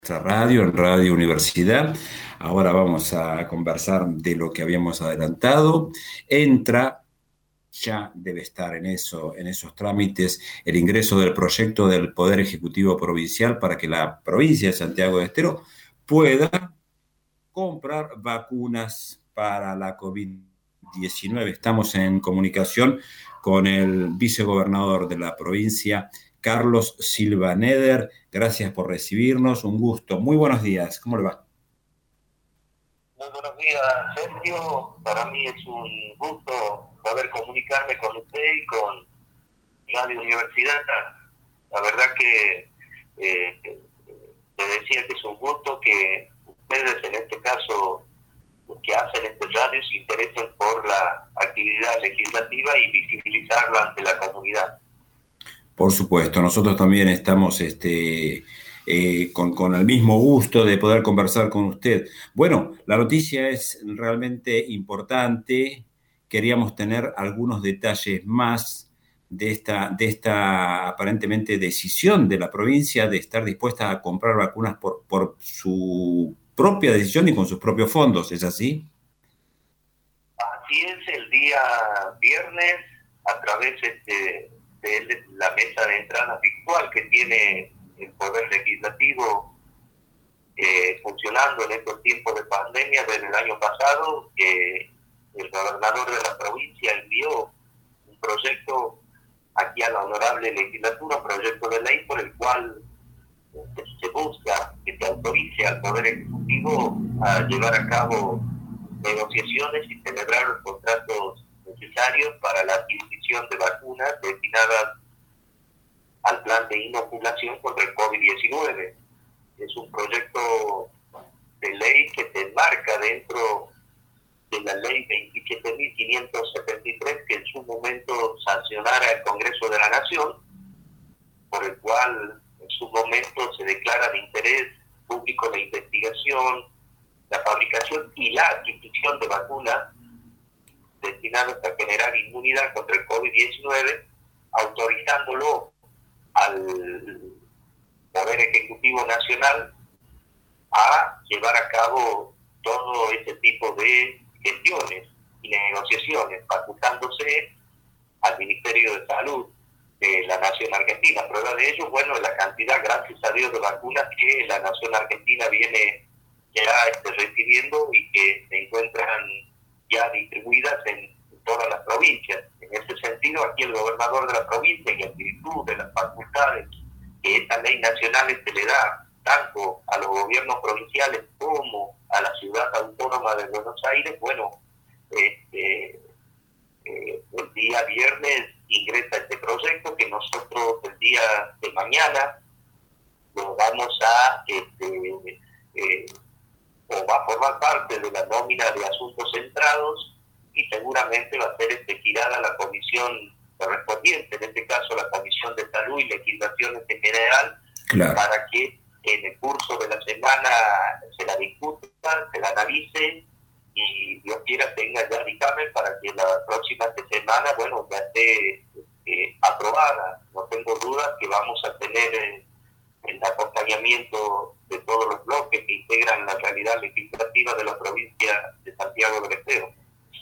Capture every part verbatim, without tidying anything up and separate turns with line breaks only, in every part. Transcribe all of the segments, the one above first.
Nuestra radio, en Radio Universidad. Ahora vamos a conversar de lo que habíamos adelantado. Entra, ya debe estar en eso, en esos trámites, el ingreso del proyecto del Poder Ejecutivo Provincial para que la provincia de Santiago del Estero pueda comprar vacunas para la COVID diecinueve. Estamos en comunicación con el vicegobernador de la provincia, Carlos Silva Neder. Gracias por recibirnos, un gusto. Muy buenos días, ¿cómo le va?
Muy buenos días, Sergio. Para mí es un gusto poder comunicarme con usted y con Radio Universidad. La verdad que eh, te decía que es un gusto que ustedes, en este caso, los que hacen este radio, se interesen por la actividad legislativa y visibilizarla ante la comunidad.
Por supuesto, nosotros también estamos este, eh, con, con el mismo gusto de poder conversar con usted. Bueno, la noticia es realmente importante. Queríamos tener algunos detalles más de esta, de esta aparentemente decisión de la provincia de estar dispuesta a comprar vacunas por, por su propia decisión y con sus propios fondos. ¿Es así?
Así es, el día viernes, a través de, de la mesa de entrada virtual que tiene el Poder Legislativo eh, funcionando en estos tiempos de pandemia desde el año pasado, que el gobernador de la provincia envió un proyecto aquí a la honorable legislatura, un proyecto de ley por el cual eh, se busca que se autorice al Poder Ejecutivo a llevar a cabo negociaciones y celebrar los contratos necesarios para la adquisición de vacunas destinadas al plan de inoculación contra el COVID diecinueve. Es un proyecto de ley que se enmarca dentro de la ley veintisiete mil quinientos setenta y tres, que en su momento sancionara el Congreso de la Nación, por el cual en su momento se declara de interés público la investigación, la fabricación y la adquisición de vacunas destinadas a generar inmunidad contra el COVID diecinueve, autorizándolo al Poder Ejecutivo Nacional a llevar a cabo todo ese tipo de gestiones y negociaciones, facultándose al Ministerio de Salud de la Nación Argentina. Prueba de ello, bueno, la cantidad, gracias a Dios, de vacunas que la Nación Argentina viene ya este, recibiendo y que se encuentran ya distribuidas en todas las provincias. En ese sentido, aquí el gobernador de la provincia, y en virtud de las facultades que esta ley nacional se le da tanto a los gobiernos provinciales como a la ciudad autónoma de Buenos Aires, bueno, este, eh, el día viernes ingresa este proyecto que nosotros el día de mañana lo vamos a este, eh, o va a formar parte de la nómina de asuntos centrados y seguramente va a ser este, girada a la comisión correspondiente, en este caso la Comisión de Salud y Legislaciones en general,
Claro.
para que en el curso de la semana se la discuta, se la analice y Dios quiera tenga ya dictamen para que la próxima semana, bueno, ya esté eh, aprobada. No tengo dudas que vamos a tener eh, el acompañamiento de todos los bloques que integran la realidad legislativa de la provincia de Santiago del Estero.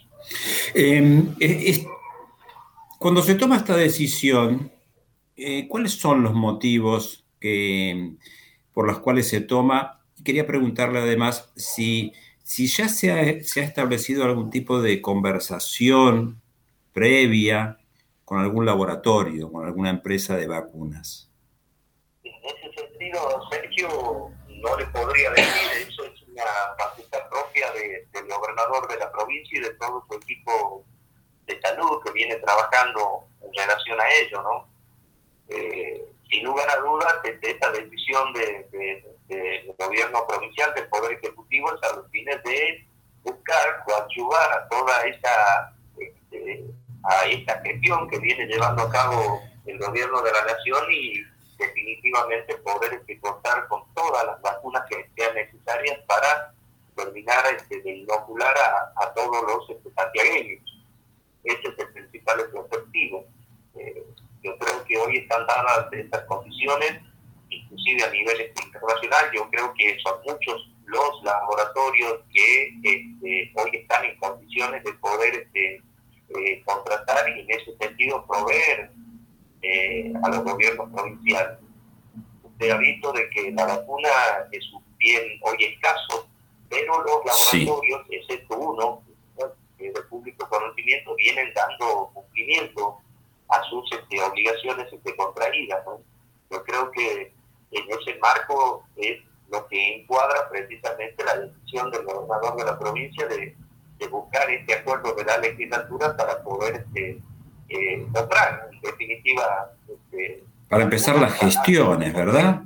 Eh, es, cuando se toma esta decisión, eh, ¿cuáles son los motivos que, por los cuales se toma? Quería preguntarle además si, si ya se ha, se ha establecido algún tipo de conversación previa con algún laboratorio, con alguna empresa de vacunas.
En ese sentido, Sergio, no le podría decir, eso es una facultad propia de, del gobernador de la provincia y de todo su equipo de salud que viene trabajando en relación a ello, ¿no? Eh, sin lugar a dudas, esta decisión de, de, de, del gobierno provincial, del Poder Ejecutivo, es a los fines de buscar coadyuvar a toda esa, este, a esta gestión que viene llevando a cabo el gobierno de la nación y definitivamente poder este, contar con todas las vacunas que sean necesarias para terminar este, de inocular a, a todos los este, santiagueños. Ese es el principal objetivo. Eh, yo creo que hoy están dadas estas condiciones, inclusive a nivel internacional. Yo creo que son muchos los laboratorios que este, hoy están en condiciones de poder este, eh, contratar y en ese sentido proveer eh, a los gobiernos provinciales. Usted ha visto de que la vacuna es un bien hoy escaso, pero los laboratorios, sí, excepto uno, que de público conocimiento, vienen dando cumplimiento a sus este, obligaciones este, contraídas, ¿no? Yo creo que en ese marco es lo que encuadra precisamente la decisión del gobernador de la provincia de, de buscar este acuerdo de la legislatura para poder este, eh, comprar, en definitiva. Este,
para empezar las gestiones, ¿verdad?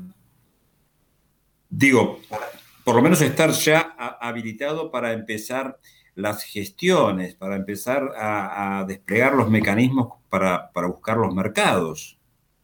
Digo, por lo menos estar ya habilitado para empezar las gestiones, para empezar a, a desplegar los mecanismos para, para buscar los mercados.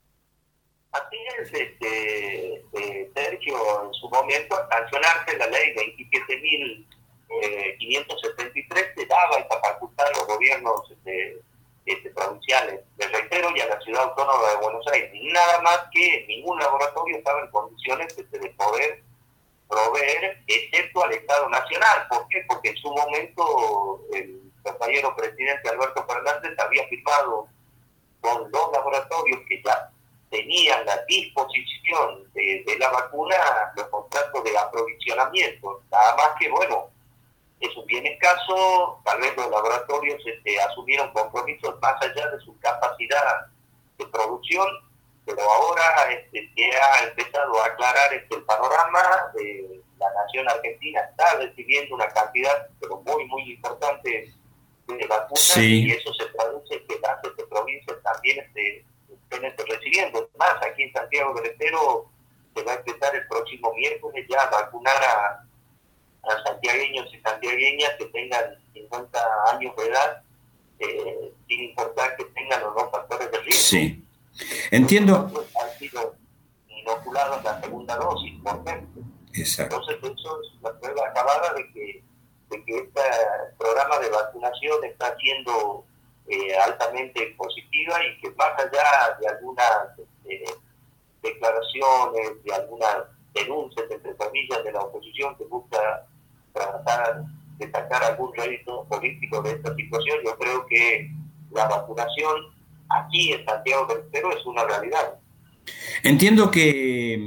Así es, este, eh, Sergio, en su momento, al sancionarse la ley veintisiete mil quinientos setenta y tres, se daba esta facultad a los gobiernos este, este, provinciales, les reitero, y a la Ciudad Autónoma de Buenos Aires. Nada más que ningún laboratorio estaba en condiciones este, de poder proveer, excepto al Estado Nacional. ¿Por qué? Porque en su momento el compañero presidente Alberto Fernández había firmado con los laboratorios que ya tenían la disposición de, de la vacuna los contratos de aprovisionamiento. Nada más que, bueno, es un bien escaso, tal vez los laboratorios este, asumieron compromisos más allá de su capacidad de producción, pero ahora este, que ha empezado a aclarar este, el panorama, de la nación argentina está recibiendo una cantidad pero muy, muy importante de vacunas, sí, y eso se traduce en que las este, provincias también este, estén este, recibiendo. Más, aquí en Santiago del Estero se va a empezar el próximo miércoles ya a vacunar a, a santiagueños y santiagueñas que tengan cincuenta años de edad, eh, sin importar que tengan o no factores de riesgo.
Sí. Entiendo.
Han sido inoculados la segunda dosis, por ejemplo.
Exacto.
Entonces, eso es la prueba acabada de que, de que este programa de vacunación está siendo eh, altamente positiva y que más allá de algunas eh, declaraciones, de algunas denuncias, entre comillas, de la oposición que busca tratar de sacar algún rédito político de esta situación, yo creo que la vacunación aquí en Santiago del Estero es una realidad.
Entiendo que,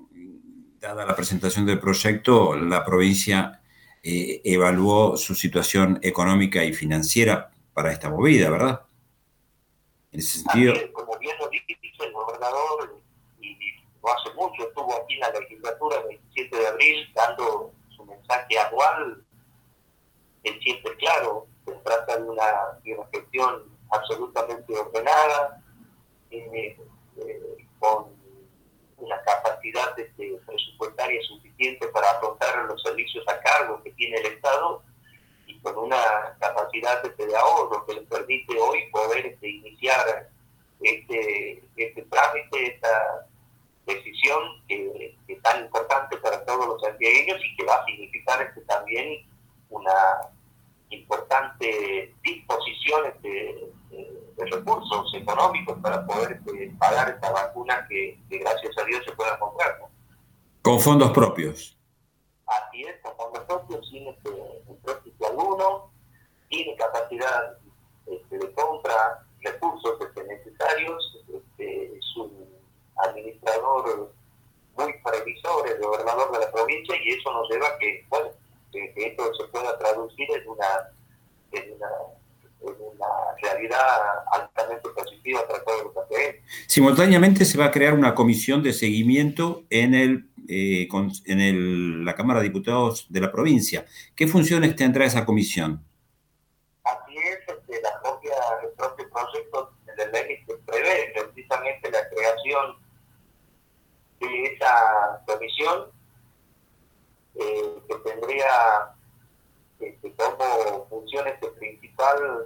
dada la presentación del proyecto, la provincia eh, evaluó su situación económica y financiera para esta movida, ¿verdad? En ese sentido.
Así es, como bien lo dice el gobernador, y no hace mucho estuvo aquí en la legislatura el veintisiete de abril dando su mensaje anual. Él siempre claro, se trata de una, de una gestión absolutamente ordenada, eh, eh, con una capacidad este, presupuestaria suficiente para afrontar los servicios a cargo que tiene el Estado y con una capacidad este, de ahorro que le permite hoy poder este, iniciar este, este trámite, esta decisión que es tan importante para todos los santiagueños y que va a significar este, también una importante disposición de, de, de recursos económicos para poder este, pagar esta vacuna que, que gracias a Dios se pueda comprar, ¿no?
Con fondos propios.
Así es, con fondos propios, sin este, empréstito alguno, tiene capacidad este, de compra, recursos este, necesarios, este, es un administrador muy previsor, el gobernador de la provincia, y eso nos lleva a que, bueno, que, que esto se pueda traducir en una, en una, en una realidad altamente positiva para todos los santiagueños.
Simultáneamente se va a crear una comisión de seguimiento en, el, eh, con, en el, la Cámara de Diputados de la provincia. ¿Qué funciones tendrá esa comisión?
Así es, este, la propia, el propio proyecto de ley que prevé precisamente la creación de esa comisión, eh, que tendría este, como función este, principal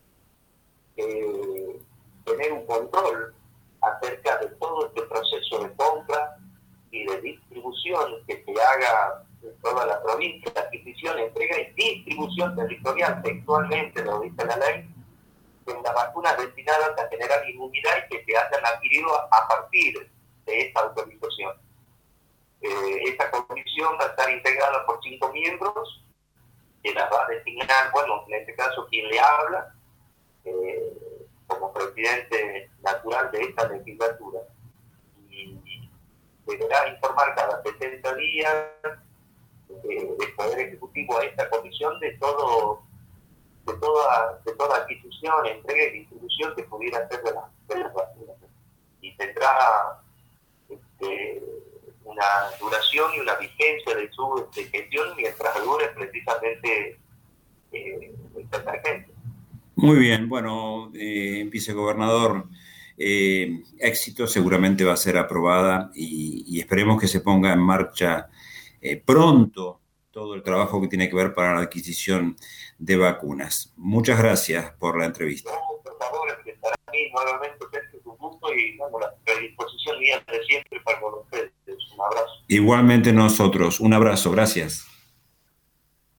eh, tener un control acerca de todo este proceso de compra y de distribución que se haga en toda la provincia, la adquisición, entrega y distribución territorial, textualmente lo dice la ley, de las vacunas destinadas a generar inmunidad y que se hayan adquirido a partir de esta autorización. Eh, esta comisión va a estar integrada por cinco miembros, que la va a designar, bueno, en este caso, quien le habla, eh, como presidente natural de esta legislatura. Y deberá informar cada setenta días eh, del Poder Ejecutivo a esta comisión de todo, de toda, de toda adquisición, entrega y distribución que pudiera hacer de, la, de las vacunas. Y tendrá este, una duración y una vigencia de su de gestión mientras dure precisamente eh, esta emergencia.
Muy bien, bueno, eh, vicegobernador, eh, éxito, seguramente va a ser aprobada y, y esperemos que se ponga en marcha eh, pronto todo el trabajo que tiene que ver para la adquisición de vacunas. Muchas gracias por la entrevista.
No, por favor, estará aquí nuevamente desde su gusto y bueno, la predisposición mía de siempre para con ustedes. Un abrazo.
Igualmente nosotros, un abrazo, gracias.